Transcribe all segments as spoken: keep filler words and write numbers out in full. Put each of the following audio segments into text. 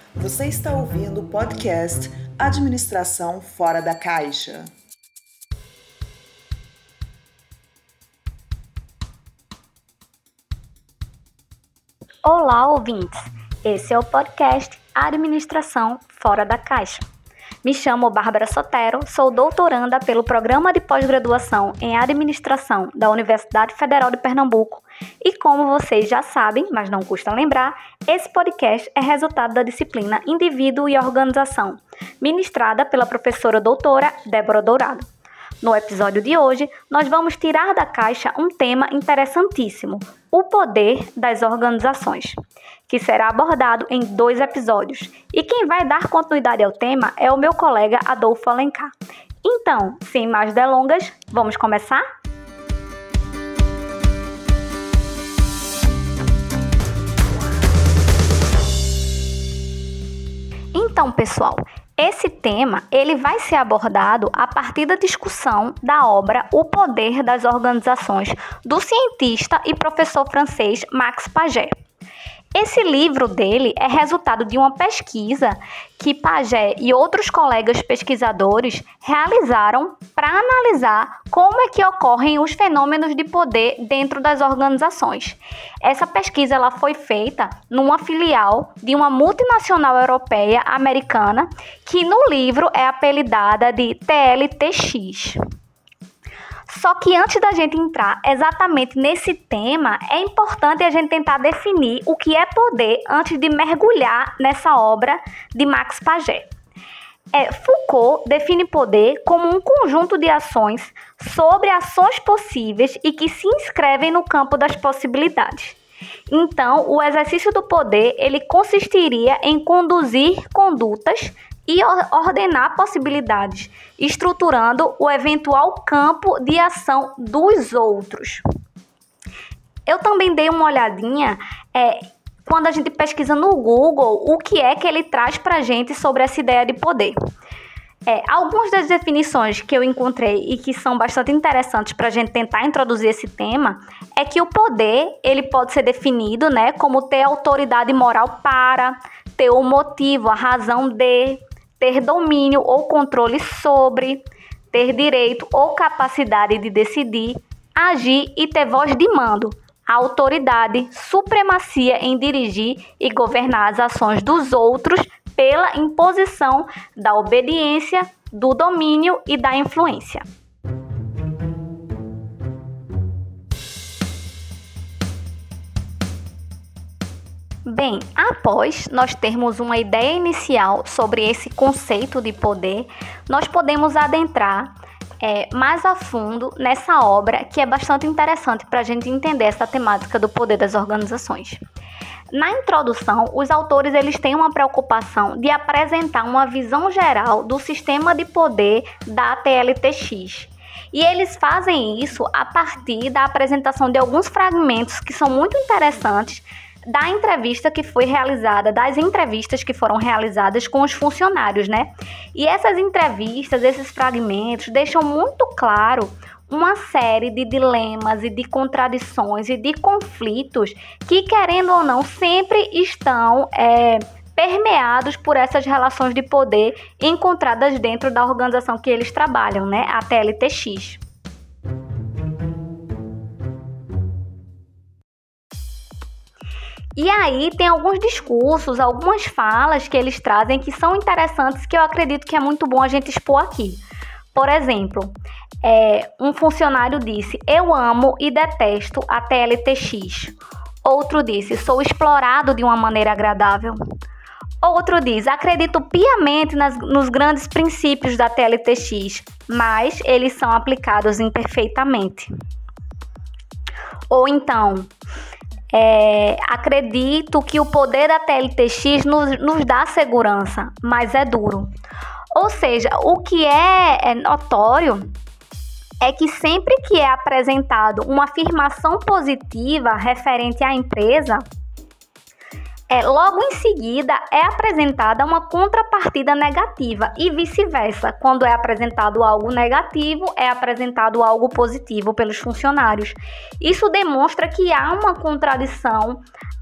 Você está ouvindo o podcast Administração Fora da Caixa. Olá, ouvintes! Esse é o podcast Administração Fora da Caixa. Me chamo Bárbara Sotero, sou doutoranda pelo Programa de Pós-Graduação em Administração da Universidade Federal de Pernambuco e, como vocês já sabem, mas não custa lembrar, esse podcast é resultado da disciplina Indivíduo e Organização, ministrada pela professora doutora Débora Dourado. No episódio de hoje, nós vamos tirar da caixa um tema interessantíssimo, o poder das organizações, que será abordado em dois episódios. E quem vai dar continuidade ao tema é o meu colega Adolfo Alencar. Então, sem mais delongas, vamos começar? Então, pessoal, esse tema ele vai ser abordado a partir da discussão da obra O Poder das Organizações, do cientista e professor francês Max Paget. Esse livro dele é resultado de uma pesquisa que Paget e outros colegas pesquisadores realizaram para analisar como é que ocorrem os fenômenos de poder dentro das organizações. Essa pesquisa ela foi feita numa filial de uma multinacional europeia americana que no livro é apelidada de T L T X. Só que antes da gente entrar exatamente nesse tema, é importante a gente tentar definir o que é poder antes de mergulhar nessa obra de Max Paget. É, Foucault define poder como um conjunto de ações sobre ações possíveis e que se inscrevem no campo das possibilidades. Então, o exercício do poder ele consistiria em conduzir condutas e ordenar possibilidades, estruturando o eventual campo de ação dos outros. Eu também dei uma olhadinha é, quando a gente pesquisa no Google o que é que ele traz para a gente sobre essa ideia de poder. É, algumas das definições que eu encontrei e que são bastante interessantes para a gente tentar introduzir esse tema é que o poder ele pode ser definido, né, como ter autoridade moral para, ter o motivo, a razão de, ter domínio ou controle sobre, ter direito ou capacidade de decidir, agir e ter voz de mando, a autoridade, supremacia em dirigir e governar as ações dos outros pela imposição da obediência, do domínio e da influência. Bem, após nós termos uma ideia inicial sobre esse conceito de poder, nós podemos adentrar é, mais a fundo nessa obra que é bastante interessante para a gente entender essa temática do poder das organizações. Na introdução, os autores eles têm uma preocupação de apresentar uma visão geral do sistema de poder da T L T X. E eles fazem isso a partir da apresentação de alguns fragmentos que são muito interessantes da entrevista que foi realizada, das entrevistas que foram realizadas com os funcionários, né? E essas entrevistas, esses fragmentos, deixam muito claro uma série de dilemas e de contradições e de conflitos que, querendo ou não, sempre estão é, permeados por essas relações de poder encontradas dentro da organização que eles trabalham, né? A T L T X. E aí tem alguns discursos, algumas falas que eles trazem que são interessantes, que eu acredito que é muito bom a gente expor aqui. Por exemplo, é, um funcionário disse, eu amo e detesto a T L T X. Outro disse, sou explorado de uma maneira agradável. Outro diz, acredito piamente nas, nos grandes princípios da T L T X, mas eles são aplicados imperfeitamente. Ou então, é, acredito que o poder da T L T X nos, nos dá segurança, mas é duro. Ou seja, o que é, é notório é que sempre que é apresentado uma afirmação positiva referente à empresa, é, logo em seguida é apresentada uma contrapartida negativa e vice-versa. Quando é apresentado algo negativo, é apresentado algo positivo pelos funcionários. Isso demonstra que há uma contradição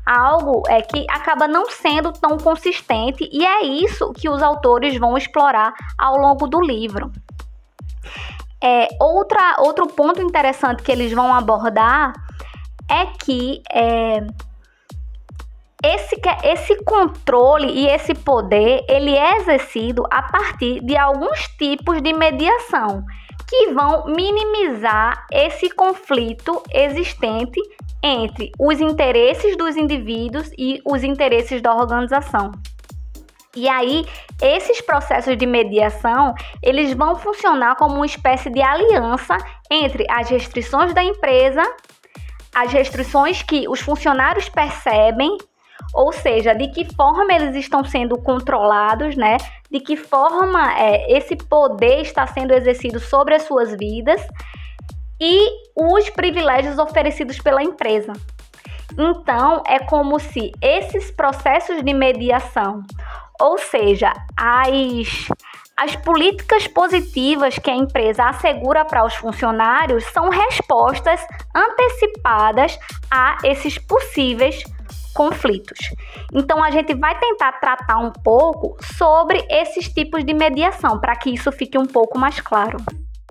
algo é que acaba não sendo tão consistente, e é isso que os autores vão explorar ao longo do livro. É, outra, outro ponto interessante que eles vão abordar é que é, esse, esse controle e esse poder, ele é exercido a partir de alguns tipos de mediação que vão minimizar esse conflito existente entre os interesses dos indivíduos e os interesses da organização. E aí, esses processos de mediação, eles vão funcionar como uma espécie de aliança entre as restrições da empresa, as restrições que os funcionários percebem, ou seja, de que forma eles estão sendo controlados, né? De que forma é, esse poder está sendo exercido sobre as suas vidas, e os privilégios oferecidos pela empresa. Então, é como se esses processos de mediação, ou seja, as, as políticas positivas que a empresa assegura para os funcionários, são respostas antecipadas a esses possíveis conflitos. Então, a gente vai tentar tratar um pouco sobre esses tipos de mediação, para que isso fique um pouco mais claro.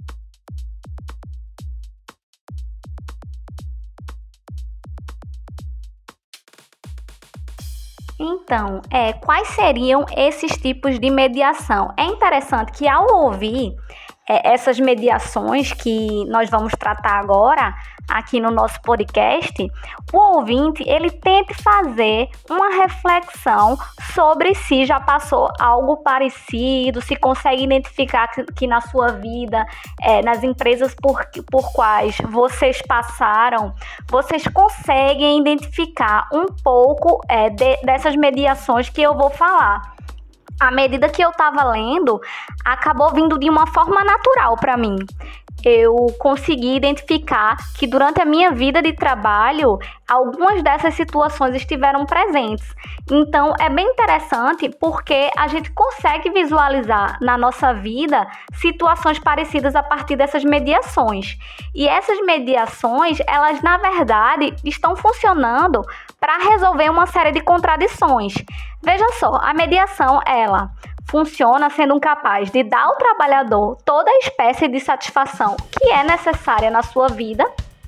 Então, é, quais seriam esses tipos de mediação? É interessante que, ao ouvir é, essas mediações que nós vamos tratar agora aqui no nosso podcast, o ouvinte, ele tente fazer uma reflexão sobre se já passou algo parecido, se consegue identificar que, que na sua vida, é, nas empresas por, por quais vocês passaram, vocês conseguem identificar um pouco é, de, dessas mediações que eu vou falar. À medida que eu estava lendo, acabou vindo de uma forma natural para mim. Eu consegui identificar que durante a minha vida de trabalho, algumas dessas situações estiveram presentes. Então, é bem interessante porque a gente consegue visualizar na nossa vida situações parecidas a partir dessas mediações. E essas mediações, elas, na verdade, estão funcionando para resolver uma série de contradições. Veja só, a mediação, ela funciona sendo capaz de dar ao trabalhador toda a espécie de satisfação que é necessária na sua vida,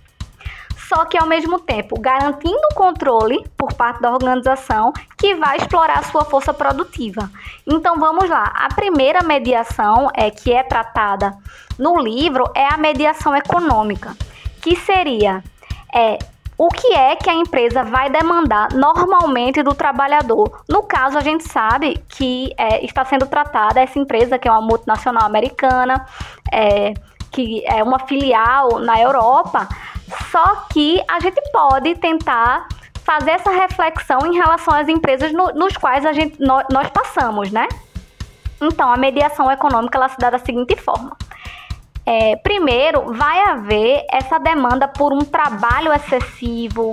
só que ao mesmo tempo garantindo o controle por parte da organização que vai explorar a sua força produtiva. Então vamos lá, a primeira mediação é, que é tratada no livro é a mediação econômica, que seria é, o que é que a empresa vai demandar normalmente do trabalhador. No caso, a gente sabe que é, está sendo tratada essa empresa, que é uma multinacional americana, é, que é uma filial na Europa, só que a gente pode tentar fazer essa reflexão em relação às empresas no, nos quais a gente, nós, nós passamos, né? Então, a mediação econômica, ela se dá da seguinte forma. É, primeiro, vai haver essa demanda por um trabalho excessivo,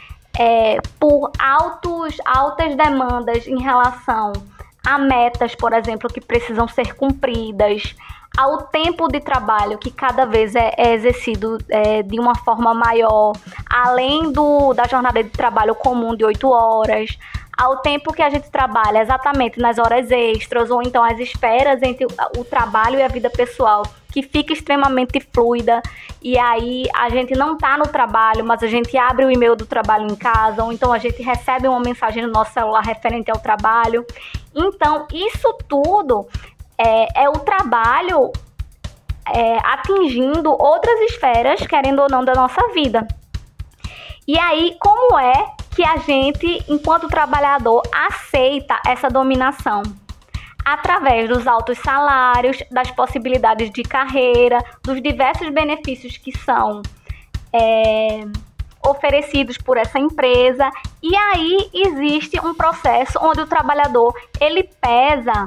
é, por altos, altas demandas em relação a metas, por exemplo, que precisam ser cumpridas, ao tempo de trabalho que cada vez é, é exercido é, de uma forma maior, além do, da jornada de trabalho comum de oito horas, ao tempo que a gente trabalha exatamente nas horas extras, ou então as esferas entre o, o trabalho e a vida pessoal, que fica extremamente fluida, e aí a gente não está no trabalho, mas a gente abre o e-mail do trabalho em casa, ou então a gente recebe uma mensagem no nosso celular referente ao trabalho. Então, isso tudo é, é o trabalho é, atingindo outras esferas, querendo ou não, da nossa vida. E aí, como é que a gente, enquanto trabalhador, aceita essa dominação? Através dos altos salários, das possibilidades de carreira, dos diversos benefícios que são é, oferecidos por essa empresa. E aí existe um processo onde o trabalhador, ele pesa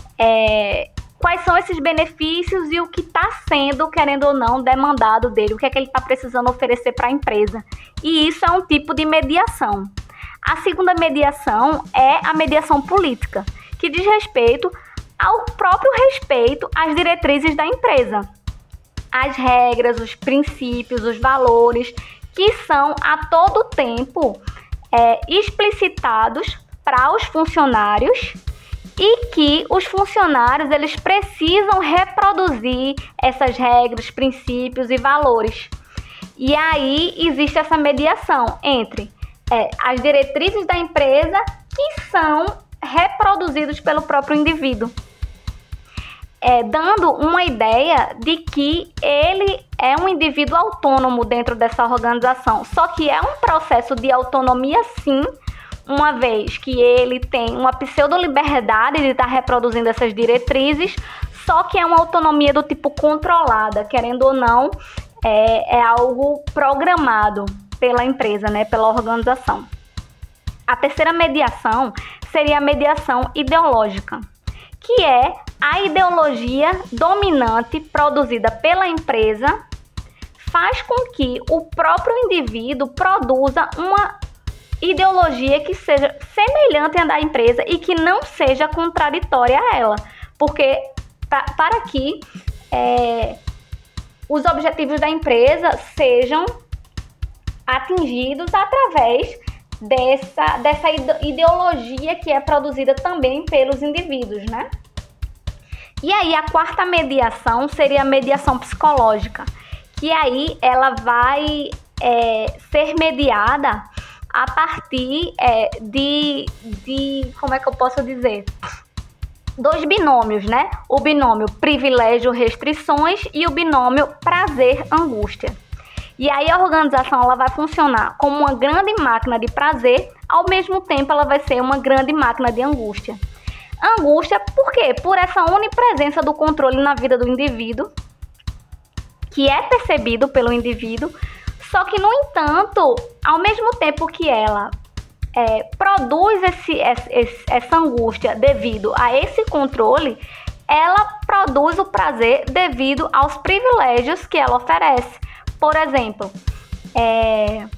é, quais são esses benefícios e o que está sendo, querendo ou não, demandado dele, o que é que ele está precisando oferecer para a empresa. E isso é um tipo de mediação. A segunda mediação é a mediação política, que diz respeito ao próprio respeito às diretrizes da empresa, as regras, os princípios, os valores que são a todo tempo é, explicitados para os funcionários e que os funcionários eles precisam reproduzir essas regras, princípios e valores. E aí existe essa mediação entre é, as diretrizes da empresa que são reproduzidos pelo próprio indivíduo, é, dando uma ideia de que ele é um indivíduo autônomo dentro dessa organização. Só que é um processo de autonomia, sim, uma vez que ele tem uma pseudo-liberdade de estar reproduzindo essas diretrizes, só que é uma autonomia do tipo controlada, querendo ou não, é, é algo programado pela empresa, né, pela organização. A terceira mediação seria a mediação ideológica, que é a ideologia dominante produzida pela empresa faz com que o próprio indivíduo produza uma ideologia que seja semelhante à da empresa e que não seja contraditória a ela, porque pa, para que é, os objetivos da empresa sejam atingidos através dessa, dessa ideologia que é produzida também pelos indivíduos, né? E aí a quarta mediação seria a mediação psicológica, que aí ela vai é, ser mediada a partir é, de, de, como é que eu posso dizer? Dois binômios, né? O binômio privilégio-restrições e o binômio prazer-angústia. E aí a organização ela vai funcionar como uma grande máquina de prazer, ao mesmo tempo ela vai ser uma grande máquina de angústia. Angústia, por quê? Por essa onipresença do controle na vida do indivíduo, que é percebido pelo indivíduo, só que, no entanto, ao mesmo tempo que ela é, produz esse, esse, essa angústia devido a esse controle, ela produz o prazer devido aos privilégios que ela oferece. Por exemplo, é,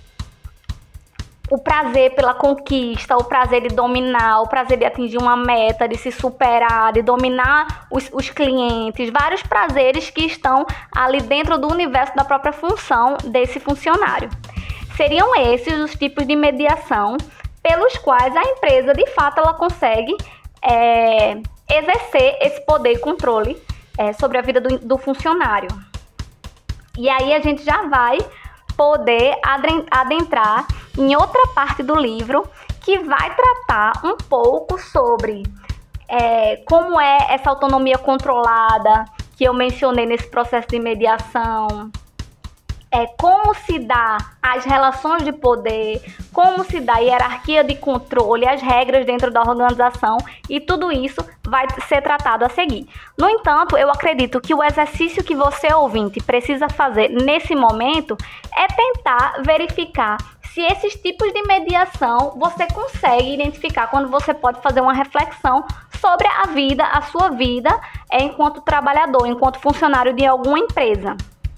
o prazer pela conquista, o prazer de dominar, o prazer de atingir uma meta, de se superar, de dominar os, os clientes, vários prazeres que estão ali dentro do universo da própria função desse funcionário. Seriam esses os tipos de mediação pelos quais a empresa, de fato, ela consegue é, exercer esse poder e controle é, sobre a vida do, do funcionário. E aí a gente já vai poder adentrar em outra parte do livro que vai tratar um pouco sobre é, como é essa autonomia controlada que eu mencionei nesse processo de mediação, é, como se dá as relações de poder, como se dá a hierarquia de controle, as regras dentro da organização, e tudo isso vai ser tratado a seguir. No entanto, eu acredito que o exercício que você, ouvinte, precisa fazer nesse momento é tentar verificar se esses tipos de mediação você consegue identificar quando você pode fazer uma reflexão sobre a vida, a sua vida, é, enquanto trabalhador, enquanto funcionário de alguma empresa.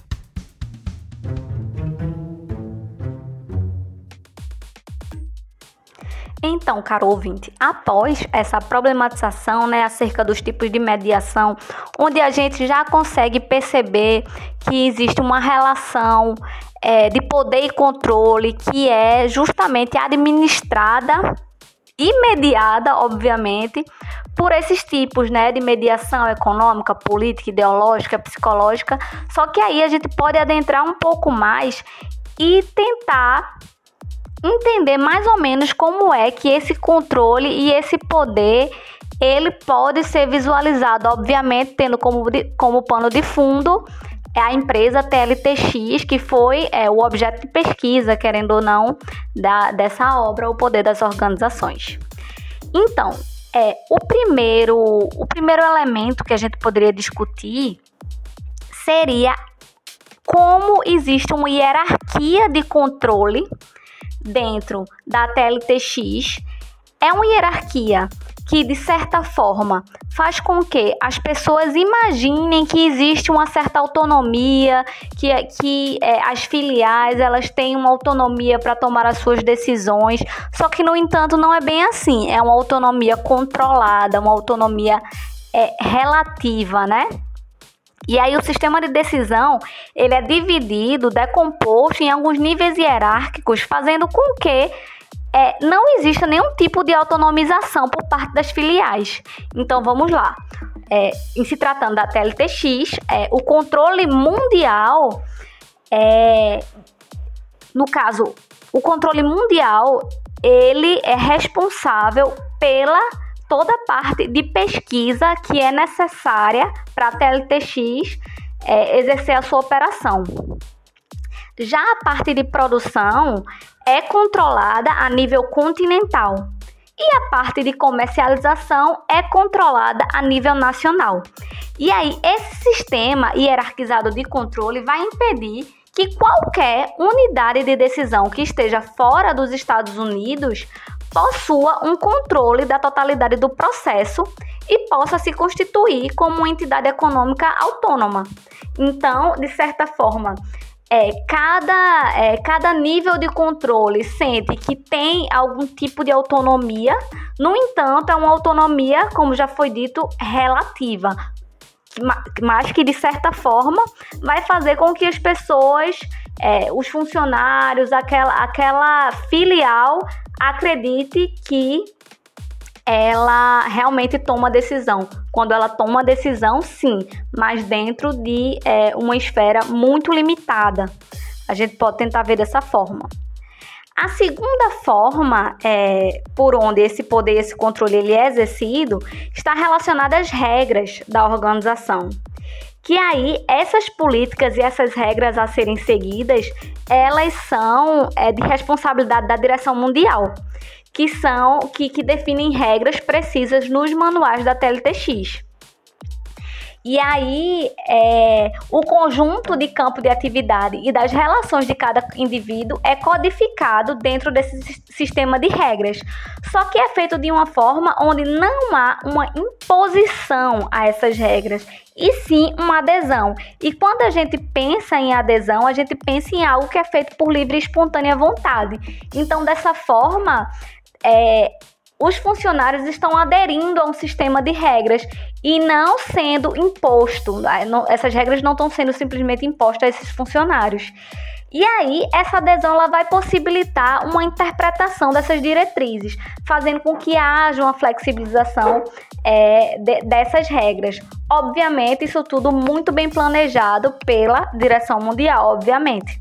Então, caro ouvinte, após essa problematização, né, acerca dos tipos de mediação, onde a gente já consegue perceber que existe uma relação é, de poder e controle que é justamente administrada e mediada, obviamente, por esses tipos, né, de mediação econômica, política, ideológica, psicológica. Só que aí a gente pode adentrar um pouco mais e tentar entender mais ou menos como é que esse controle e esse poder ele pode ser visualizado, obviamente tendo como, de, como pano de fundo a empresa T L T X, que foi é, o objeto de pesquisa, querendo ou não, da, dessa obra, O Poder das Organizações. Então, é, o, primeiro, o primeiro elemento que a gente poderia discutir seria como existe uma hierarquia de controle dentro da T L T X. É uma hierarquia que, de certa forma, faz com que as pessoas imaginem que existe uma certa autonomia, que, que é, as filiais elas têm uma autonomia para tomar as suas decisões, só que, no entanto, não é bem assim. É uma autonomia controlada, uma autonomia é, relativa, né? E aí o sistema de decisão, ele é dividido, decomposto em alguns níveis hierárquicos, fazendo com que é, não existe nenhum tipo de autonomização por parte das filiais. Então, vamos lá. É, em se tratando da T L T X, é, o controle mundial, é, no caso, o controle mundial, ele é responsável pela toda a parte de pesquisa que é necessária para a T L T X é, exercer a sua operação. Já a parte de produção é controlada a nível continental e a parte de comercialização é controlada a nível nacional. E aí, esse sistema hierarquizado de controle vai impedir que qualquer unidade de decisão que esteja fora dos Estados Unidos possua um controle da totalidade do processo e possa se constituir como uma entidade econômica autônoma. Então, de certa forma, É, cada, é, cada nível de controle sente que tem algum tipo de autonomia, no entanto, é uma autonomia, como já foi dito, relativa, mas que, de certa forma, vai fazer com que as pessoas, é, os funcionários, aquela, aquela filial, acredite que ela realmente toma decisão. Quando ela toma decisão, sim, mas dentro de é, uma esfera muito limitada. A gente pode tentar ver dessa forma. A segunda forma é, por onde esse poder, esse controle ele é exercido, está relacionada às regras da organização. Que aí, essas políticas e essas regras a serem seguidas, elas são é, de responsabilidade da direção mundial, que são que, que definem regras precisas nos manuais da T L T X. E aí, é, o conjunto de campo de atividade e das relações de cada indivíduo é codificado dentro desse sistema de regras. Só que é feito de uma forma onde não há uma imposição a essas regras, e sim uma adesão. E quando a gente pensa em adesão, a gente pensa em algo que é feito por livre e espontânea vontade. Então, dessa forma, é, os funcionários estão aderindo a um sistema de regras e não sendo imposto. Essas regras não estão sendo simplesmente impostas a esses funcionários. E aí, essa adesão ela vai possibilitar uma interpretação dessas diretrizes, fazendo com que haja uma flexibilização é, de, dessas regras. Obviamente, isso tudo muito bem planejado pela direção mundial, obviamente.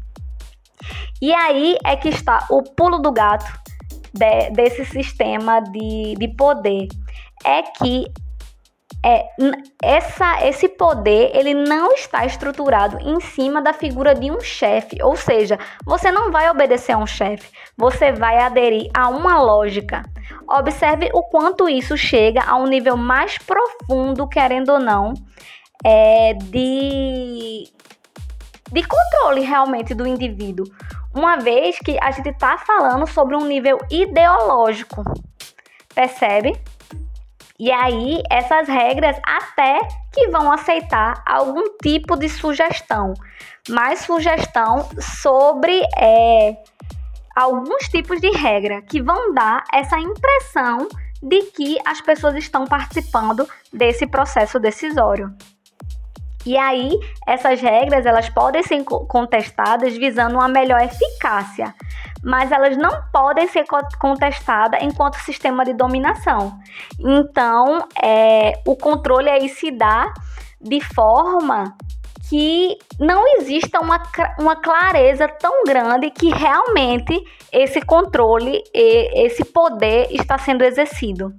E aí é que está o pulo do gato de, desse sistema de, de poder. É que É, essa, esse poder ele não está estruturado em cima da figura de um chefe, ou seja, você não vai obedecer a um chefe, você vai aderir a uma lógica. Observe o quanto isso chega a um nível mais profundo, querendo ou não, é, de, de controle realmente do indivíduo, uma vez que a gente está falando sobre um nível ideológico, percebe? E aí, essas regras até que vão aceitar algum tipo de sugestão, mas sugestão sobre é, alguns tipos de regra que vão dar essa impressão de que as pessoas estão participando desse processo decisório. E aí, essas regras elas podem ser contestadas visando uma melhor eficácia, mas elas não podem ser contestadas enquanto sistema de dominação. Então, é, o controle aí se dá de forma que não exista uma, uma clareza tão grande que realmente esse controle, esse poder está sendo exercido.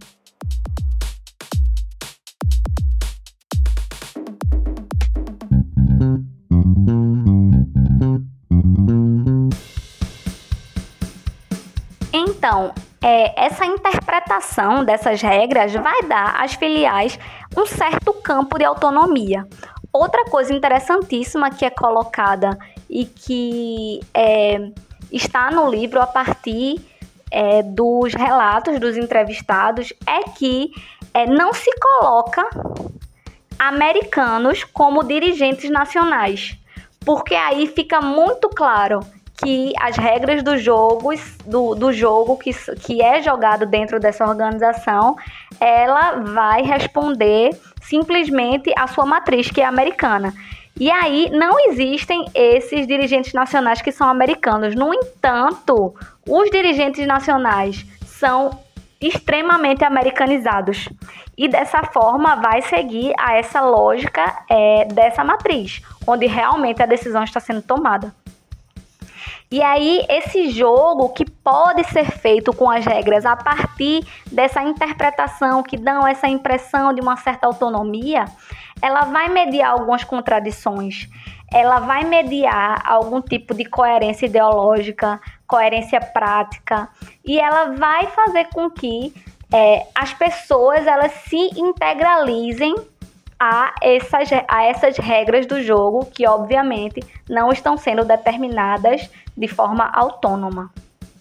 Então, é, essa interpretação dessas regras vai dar às filiais um certo campo de autonomia. Outra coisa interessantíssima que é colocada e que é, está no livro a partir é, dos relatos dos entrevistados é que é, não se coloca americanos como dirigentes nacionais, porque aí fica muito claro que as regras do jogo, do, do jogo que, que é jogado dentro dessa organização, ela vai responder simplesmente à sua matriz, que é americana. E aí não existem esses dirigentes nacionais que são americanos. No entanto, os dirigentes nacionais são extremamente americanizados. E dessa forma vai seguir a essa lógica é, dessa matriz, onde realmente a decisão está sendo tomada. E aí, esse jogo que pode ser feito com as regras a partir dessa interpretação que dão essa impressão de uma certa autonomia, ela vai mediar algumas contradições, ela vai mediar algum tipo de coerência ideológica, coerência prática, e ela vai fazer com que é, as pessoas elas se integralizem a essas, a essas regras do jogo que, obviamente, não estão sendo determinadas de forma autônoma.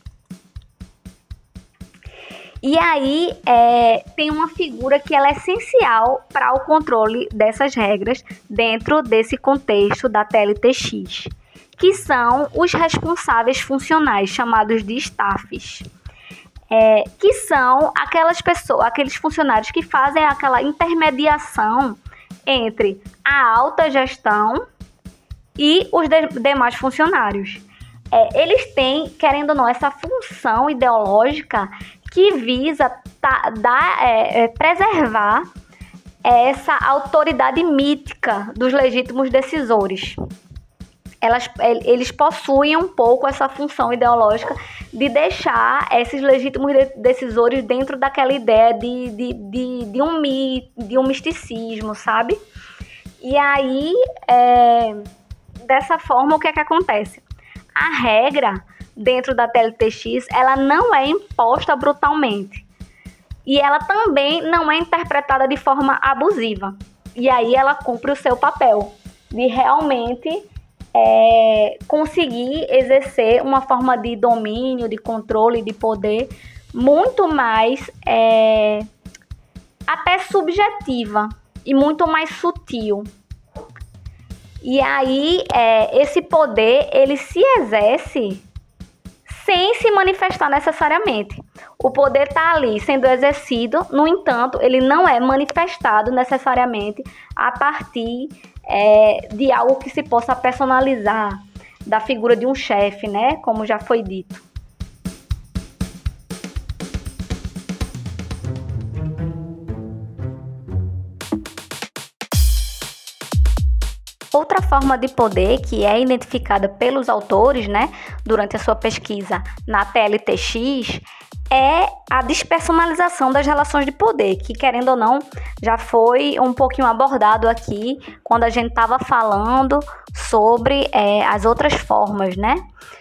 E aí, é, tem uma figura que ela é essencial para o controle dessas regras dentro desse contexto da T L T X, que são os responsáveis funcionais, chamados de staffs. É, que são aquelas pessoas, aqueles funcionários que fazem aquela intermediação entre a alta gestão e os de- demais funcionários. É, eles têm, querendo ou não, essa função ideológica que visa tá, dar, é, é, preservar essa autoridade mítica dos legítimos decisores. Elas, eles possuem um pouco essa função ideológica de deixar esses legítimos decisores dentro daquela ideia de, de, de, de, um, de um misticismo, sabe? E aí, é, dessa forma, o que é que acontece? A regra dentro da T L T X, ela não é imposta brutalmente. E ela também não é interpretada de forma abusiva. E aí ela cumpre o seu papel de realmente é, conseguir exercer uma forma de domínio, de controle, de poder muito mais é, até subjetiva e muito mais sutil. E aí é, esse poder ele se exerce sem se manifestar necessariamente. O poder está ali sendo exercido, no entanto, ele não é manifestado necessariamente a partir é, de algo que se possa personalizar, da figura de um chefe, né? Como já foi dito. Outra forma de poder que é identificada pelos autores, né, durante a sua pesquisa na T L T X, é a despersonalização das relações de poder, que, querendo ou não, já foi um pouquinho abordado aqui quando a gente estava falando sobre é, as outras formas, né?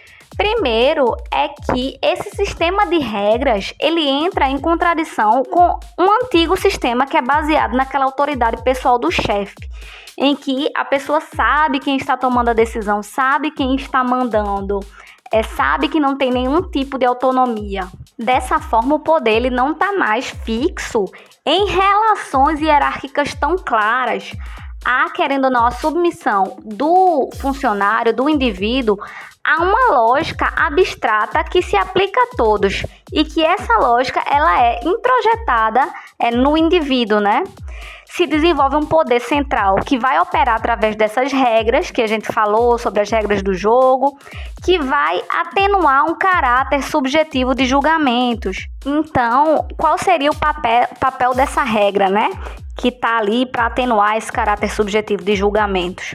Primeiro é que esse sistema de regras, ele entra em contradição com um antigo sistema que é baseado naquela autoridade pessoal do chefe, em que a pessoa sabe quem está tomando a decisão, sabe quem está mandando, é, sabe que não tem nenhum tipo de autonomia. Dessa forma, o poder ele não está mais fixo em relações hierárquicas tão claras. Há, querendo ou não, a submissão do funcionário, do indivíduo, a uma lógica abstrata que se aplica a todos e que essa lógica ela é introjetada é, no indivíduo, né? Se desenvolve um poder central que vai operar através dessas regras que a gente falou sobre as regras do jogo, que vai atenuar um caráter subjetivo de julgamentos. Então, qual seria o papel, papel dessa regra, né? Que está ali para atenuar esse caráter subjetivo de julgamentos?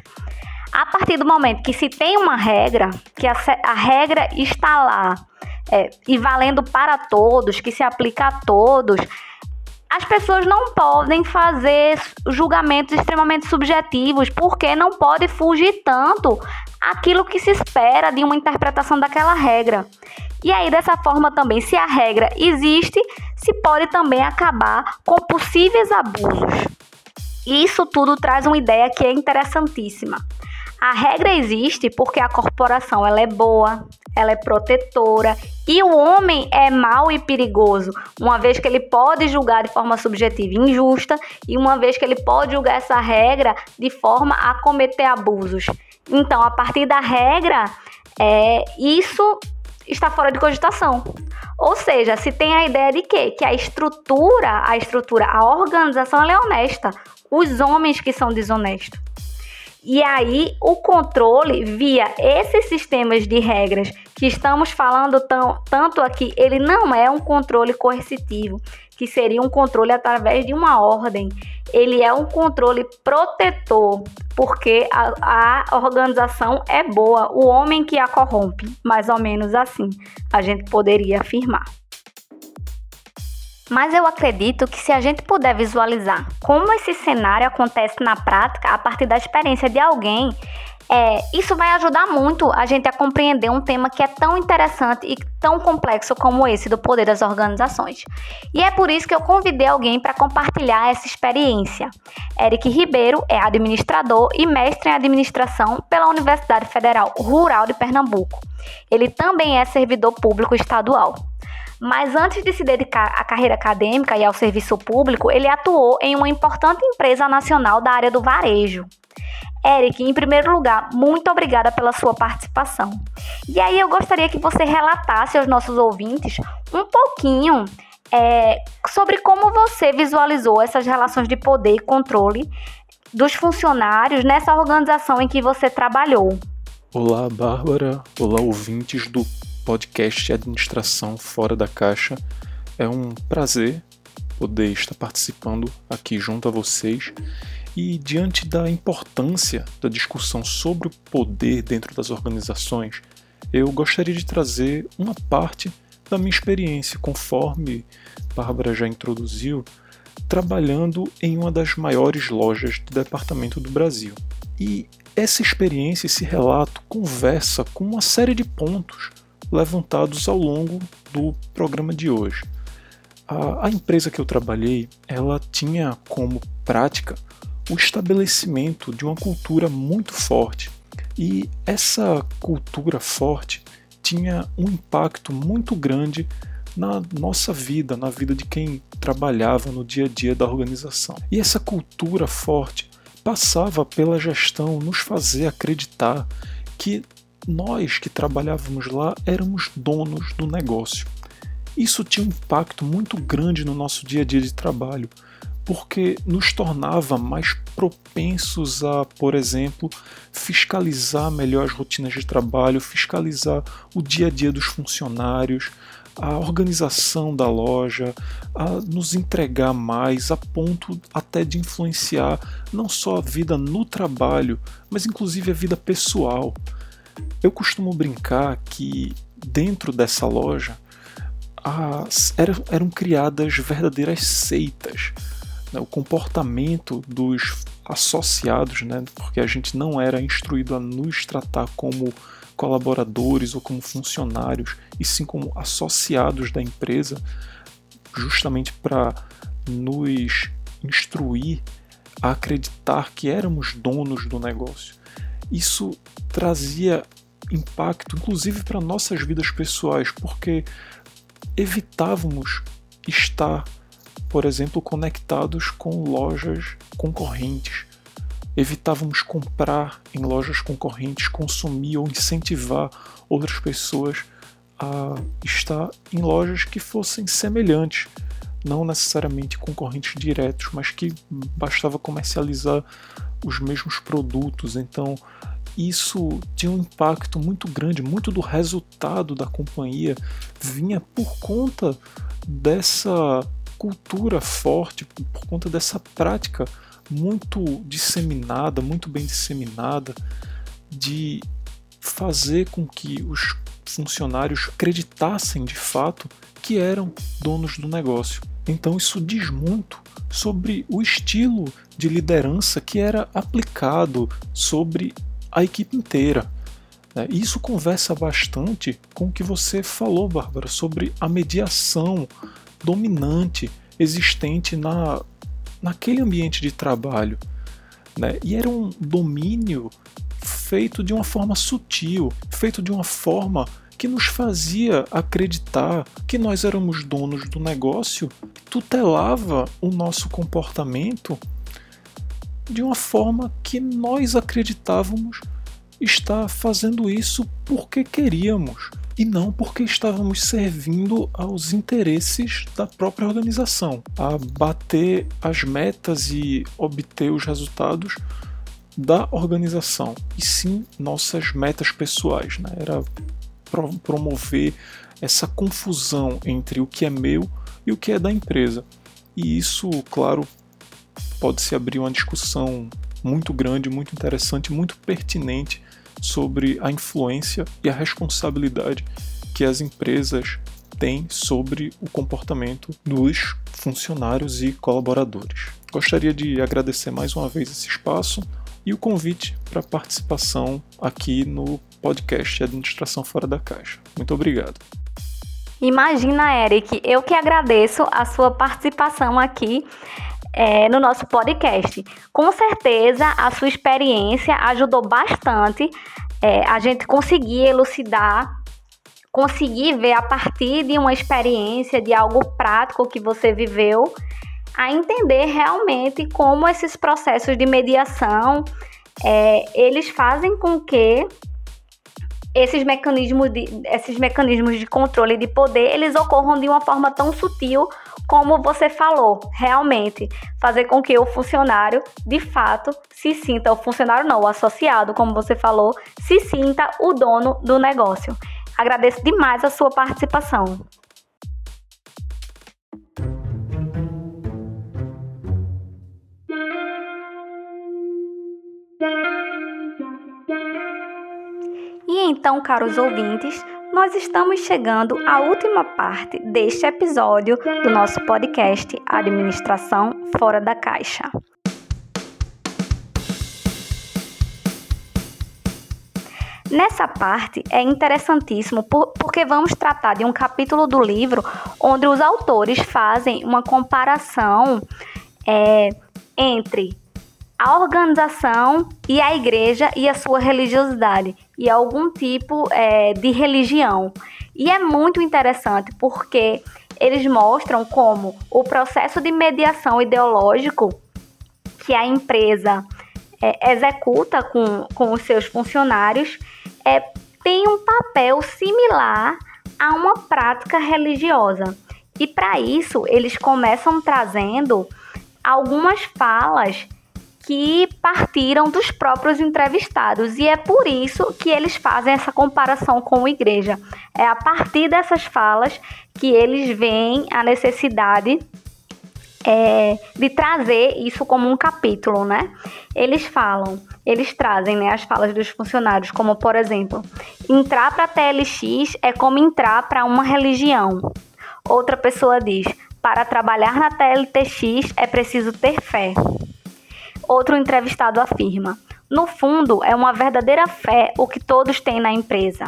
A partir do momento que se tem uma regra, que a, a regra está lá é, e valendo para todos, que se aplica a todos, as pessoas não podem fazer julgamentos extremamente subjetivos, porque não pode fugir tanto aquilo que se espera de uma interpretação daquela regra. E aí, dessa forma também, se a regra existe, se pode também acabar com possíveis abusos. Isso tudo traz uma ideia que é interessantíssima. A regra existe porque a corporação ela é boa, ela é protetora e o homem é mau e perigoso, uma vez que ele pode julgar de forma subjetiva e injusta e uma vez que ele pode julgar essa regra de forma a cometer abusos. Então, a partir da regra, é, isso está fora de cogitação. Ou seja, se tem a ideia de quê? Que a estrutura, a estrutura, a organização ela é honesta, os homens que são desonestos. E aí, o controle via esses sistemas de regras que estamos falando tão, tanto aqui, ele não é um controle coercitivo, que seria um controle através de uma ordem. Ele é um controle protetor, porque a, a organização é boa, o homem que a corrompe, mais ou menos assim, a gente poderia afirmar. Mas eu acredito que se a gente puder visualizar como esse cenário acontece na prática, a partir da experiência de alguém, é, isso vai ajudar muito a gente a compreender um tema que é tão interessante e tão complexo como esse do poder das organizações. E é por isso que eu convidei alguém para compartilhar essa experiência. Eric Ribeiro é administrador e mestre em administração pela Universidade Federal Rural de Pernambuco. Ele também é servidor público estadual. Mas antes de se dedicar à carreira acadêmica e ao serviço público, ele atuou em uma importante empresa nacional da área do varejo. Eric, em primeiro lugar, muito obrigada pela sua participação. E aí eu gostaria que você relatasse aos nossos ouvintes um pouquinho é, sobre como você visualizou essas relações de poder e controle dos funcionários nessa organização em que você trabalhou. Olá, Bárbara. Olá, ouvintes do podcast Administração Fora da Caixa. É um prazer poder estar participando aqui junto a vocês e diante da importância da discussão sobre o poder dentro das organizações, eu gostaria de trazer uma parte da minha experiência, conforme Bárbara já introduziu, trabalhando em uma das maiores lojas de departamento do Brasil. E essa experiência, esse relato, conversa com uma série de pontos levantados ao longo do programa de hoje. A, a empresa que eu trabalhei, ela tinha como prática o estabelecimento de uma cultura muito forte. E essa cultura forte tinha um impacto muito grande na nossa vida, na vida de quem trabalhava no dia a dia da organização. E essa cultura forte passava pela gestão nos fazer acreditar que nós que trabalhávamos lá éramos donos do negócio. Isso tinha um impacto muito grande no nosso dia a dia de trabalho, porque nos tornava mais propensos a, por exemplo, fiscalizar melhor as rotinas de trabalho, fiscalizar o dia a dia dos funcionários, a organização da loja, a nos entregar mais, a ponto até de influenciar não só a vida no trabalho, mas inclusive a vida pessoal. Eu costumo brincar que dentro dessa loja as, eram, eram criadas verdadeiras seitas. Né? O comportamento dos associados, né? Porque a gente não era instruído a nos tratar como colaboradores ou como funcionários, e sim como associados da empresa, justamente para nos instruir a acreditar que éramos donos do negócio. Isso trazia impacto, inclusive para nossas vidas pessoais, porque evitávamos estar, por exemplo, conectados com lojas concorrentes. Evitávamos comprar em lojas concorrentes, consumir ou incentivar outras pessoas a estar em lojas que fossem semelhantes, não necessariamente concorrentes diretos, mas que bastava comercializar os mesmos produtos. Então, isso tinha um impacto muito grande, muito do resultado da companhia vinha por conta dessa cultura forte, por conta dessa prática muito disseminada, muito bem disseminada, de fazer com que os funcionários acreditassem de fato que eram donos do negócio. Então isso diz muito sobre o estilo de liderança que era aplicado sobre a equipe inteira. E isso conversa bastante com o que você falou, Bárbara, sobre a mediação dominante existente na, naquele ambiente de trabalho. Né? E era um domínio feito de uma forma sutil, feito de uma forma que nos fazia acreditar que nós éramos donos do negócio, tutelava o nosso comportamento de uma forma que nós acreditávamos estar fazendo isso porque queríamos e não porque estávamos servindo aos interesses da própria organização, a bater as metas e obter os resultados da organização, e sim nossas metas pessoais, né? Era pro- promover essa confusão entre o que é meu e o que é da empresa. E isso, claro, pode se abrir uma discussão muito grande, muito interessante, muito pertinente sobre a influência e a responsabilidade que as empresas têm sobre o comportamento dos funcionários e colaboradores. Gostaria de agradecer mais uma vez esse espaço e o convite para participação aqui no podcast Administração Fora da Caixa. Muito obrigado. Imagina, Eric, eu que agradeço a sua participação aqui é, no nosso podcast. Com certeza, a sua experiência ajudou bastante é, a gente conseguir elucidar, conseguir ver a partir de uma experiência, de algo prático que você viveu, a entender realmente como esses processos de mediação, é, eles fazem com que esses mecanismos, de, esses mecanismos de controle de poder, eles ocorram de uma forma tão sutil como você falou, realmente, fazer com que o funcionário, de fato, se sinta, o funcionário não, o associado, como você falou, se sinta o dono do negócio. Agradeço demais a sua participação. E então, caros ouvintes, nós estamos chegando à última parte deste episódio do nosso podcast Administração Fora da Caixa. Nessa parte é interessantíssimo porque vamos tratar de um capítulo do livro onde os autores fazem uma comparação é, entre a organização e a igreja e a sua religiosidade e algum tipo é, de religião. E é muito interessante porque eles mostram como o processo de mediação ideológico que a empresa é, executa com, com os seus funcionários é, tem um papel similar a uma prática religiosa. E para isso eles começam trazendo algumas falas que partiram dos próprios entrevistados, e é por isso que eles fazem essa comparação com a igreja. É a partir dessas falas que eles veem a necessidade é, de trazer isso como um capítulo, né? Eles falam, eles trazem, né, as falas dos funcionários, como, por exemplo, entrar para a T L X é como entrar para uma religião. Outra pessoa diz, para trabalhar na T L T X é preciso ter fé. Outro entrevistado afirma, no fundo, é uma verdadeira fé o que todos têm na empresa.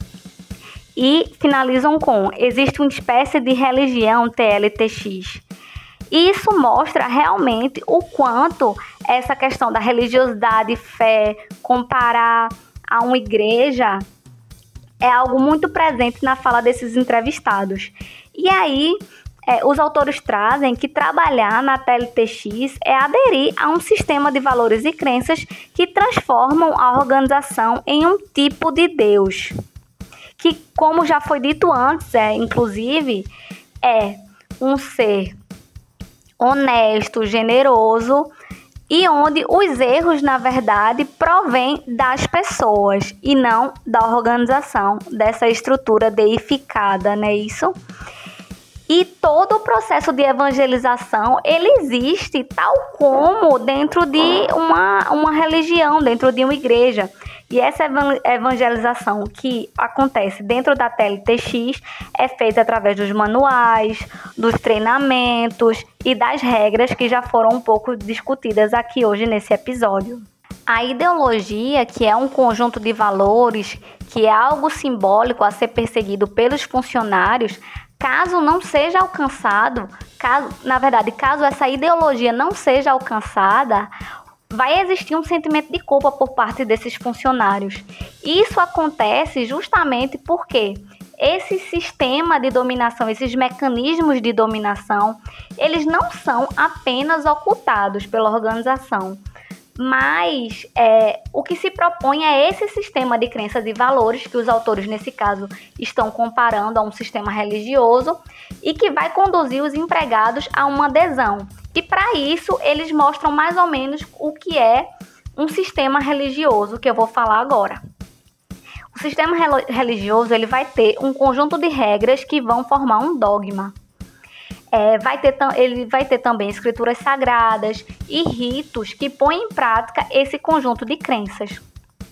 E finalizam com, existe uma espécie de religião T L T X. Isso mostra realmente o quanto essa questão da religiosidade, fé, comparar a uma igreja, é algo muito presente na fala desses entrevistados. E aí, É, os autores trazem que trabalhar na T L T X é aderir a um sistema de valores e crenças que transformam a organização em um tipo de Deus. Que, como já foi dito antes, é, inclusive, é um ser honesto, generoso e onde os erros, na verdade, provêm das pessoas e não da organização, dessa estrutura deificada, não é isso? E todo o processo de evangelização, ele existe tal como dentro de uma, uma religião, dentro de uma igreja. E essa evangelização que acontece dentro da T L T X é feita através dos manuais, dos treinamentos e das regras que já foram um pouco discutidas aqui hoje nesse episódio. A ideologia, que é um conjunto de valores, que é algo simbólico a ser perseguido pelos funcionários, caso não seja alcançado, caso, na verdade, caso essa ideologia não seja alcançada, vai existir um sentimento de culpa por parte desses funcionários. Isso acontece justamente porque esse sistema de dominação, esses mecanismos de dominação, eles não são apenas ocultados pela organização, mas é, o que se propõe é esse sistema de crenças e valores que os autores, nesse caso, estão comparando a um sistema religioso e que vai conduzir os empregados a uma adesão. E para isso, eles mostram mais ou menos o que é um sistema religioso que eu vou falar agora. O sistema religioso ele vai ter um conjunto de regras que vão formar um dogma. É, vai ter, ele vai ter também escrituras sagradas e ritos que põem em prática esse conjunto de crenças.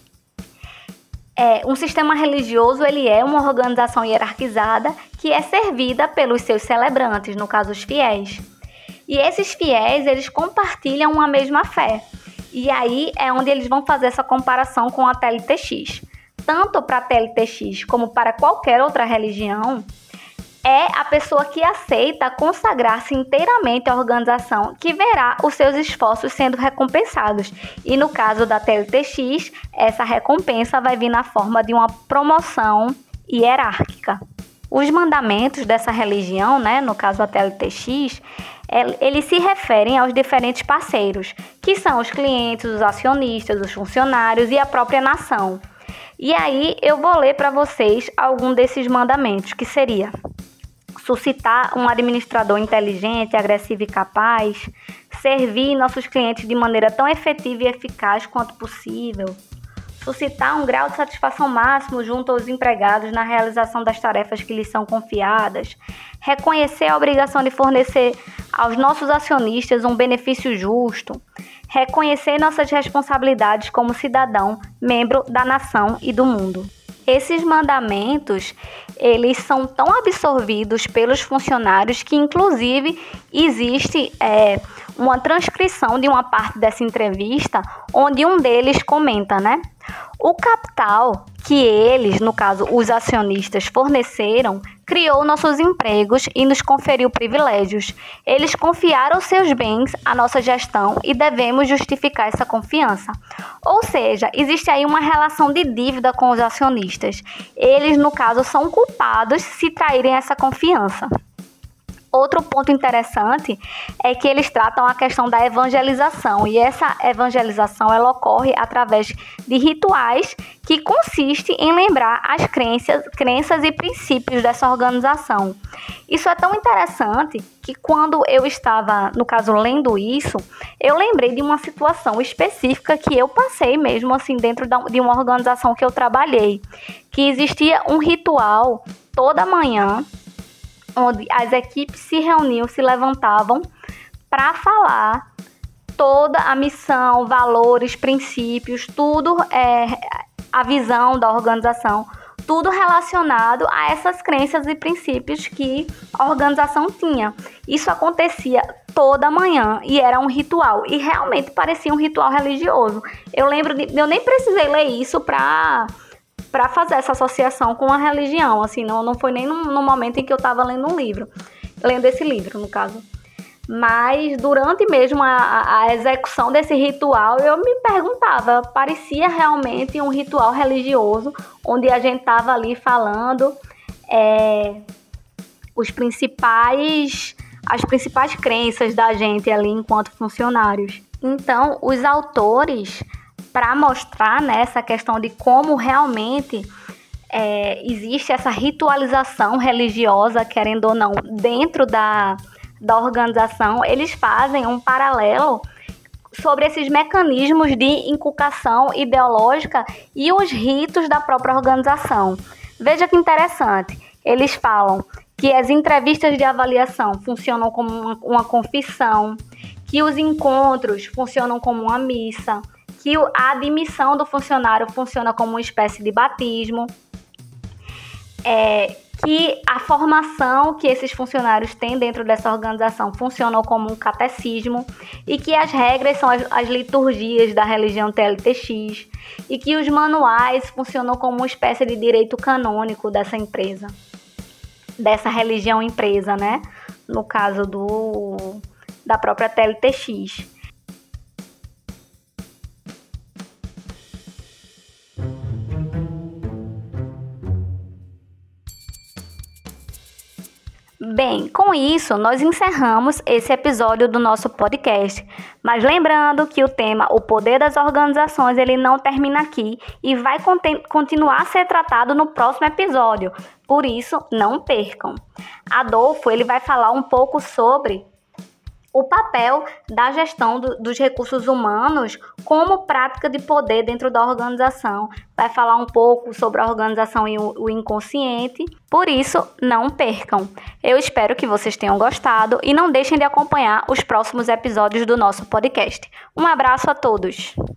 É, um sistema religioso ele é uma organização hierarquizada que é servida pelos seus celebrantes, no caso os fiéis. E esses fiéis eles compartilham uma mesma fé. E aí é onde eles vão fazer essa comparação com a T L T X. Tanto para a T L T X como para qualquer outra religião, é a pessoa que aceita consagrar-se inteiramente à organização que verá os seus esforços sendo recompensados. E no caso da T L T X, essa recompensa vai vir na forma de uma promoção hierárquica. Os mandamentos dessa religião, né, no caso da T L T X, eles se referem aos diferentes parceiros, que são os clientes, os acionistas, os funcionários e a própria nação. E aí eu vou ler para vocês algum desses mandamentos, que seria: suscitar um administrador inteligente, agressivo e capaz, servir nossos clientes de maneira tão efetiva e eficaz quanto possível, suscitar um grau de satisfação máximo junto aos empregados na realização das tarefas que lhes são confiadas, reconhecer a obrigação de fornecer aos nossos acionistas um benefício justo, reconhecer nossas responsabilidades como cidadão, membro da nação e do mundo. Esses mandamentos, eles são tão absorvidos pelos funcionários que, inclusive, existe é, uma transcrição de uma parte dessa entrevista onde um deles comenta, né? O capital que eles, no caso, os acionistas, forneceram, criou nossos empregos e nos conferiu privilégios. Eles confiaram seus bens à nossa gestão e devemos justificar essa confiança. Ou seja, existe aí uma relação de dívida com os acionistas. Eles, no caso, são culpados se traírem essa confiança. Outro ponto interessante é que eles tratam a questão da evangelização, e essa evangelização ela ocorre através de rituais que consiste em lembrar as crenças, crenças e princípios dessa organização. Isso é tão interessante que quando eu estava, no caso, lendo isso, eu lembrei de uma situação específica que eu passei mesmo assim dentro de uma organização que eu trabalhei, que existia um ritual toda manhã, onde as equipes se reuniam, se levantavam para falar toda a missão, valores, princípios, tudo, é, a visão da organização, tudo relacionado a essas crenças e princípios que a organização tinha. Isso acontecia toda manhã e era um ritual, e realmente parecia um ritual religioso. Eu lembro, de, eu nem precisei ler isso para... para fazer essa associação com a religião, assim, não, não foi nem no, no momento em que eu estava lendo um livro, lendo esse livro, no caso. Mas durante mesmo a, a execução desse ritual, eu me perguntava, parecia realmente um ritual religioso, onde a gente estava ali falando é, os principais, as principais crenças da gente ali enquanto funcionários. Então, os autores, para mostrar, né, essa questão de como realmente é, existe essa ritualização religiosa, querendo ou não, dentro da, da organização, eles fazem um paralelo sobre esses mecanismos de inculcação ideológica e os ritos da própria organização. Veja que interessante, eles falam que as entrevistas de avaliação funcionam como uma, uma confissão, que os encontros funcionam como uma missa, que a admissão do funcionário funciona como uma espécie de batismo, é, que a formação que esses funcionários têm dentro dessa organização funciona como um catecismo, e que as regras são as, as liturgias da religião T L T X, e que os manuais funcionam como uma espécie de direito canônico dessa empresa, dessa religião empresa, né? No caso do, da própria T L T X. Bem, com isso, nós encerramos esse episódio do nosso podcast. Mas lembrando que o tema O Poder das Organizações, ele não termina aqui e vai conten- continuar a ser tratado no próximo episódio. Por isso, não percam. Adolfo, ele vai falar um pouco sobre o papel da gestão do, dos recursos humanos como prática de poder dentro da organização. Vai falar um pouco sobre a organização e o, o inconsciente. Por isso, não percam. Eu espero que vocês tenham gostado e não deixem de acompanhar os próximos episódios do nosso podcast. Um abraço a todos!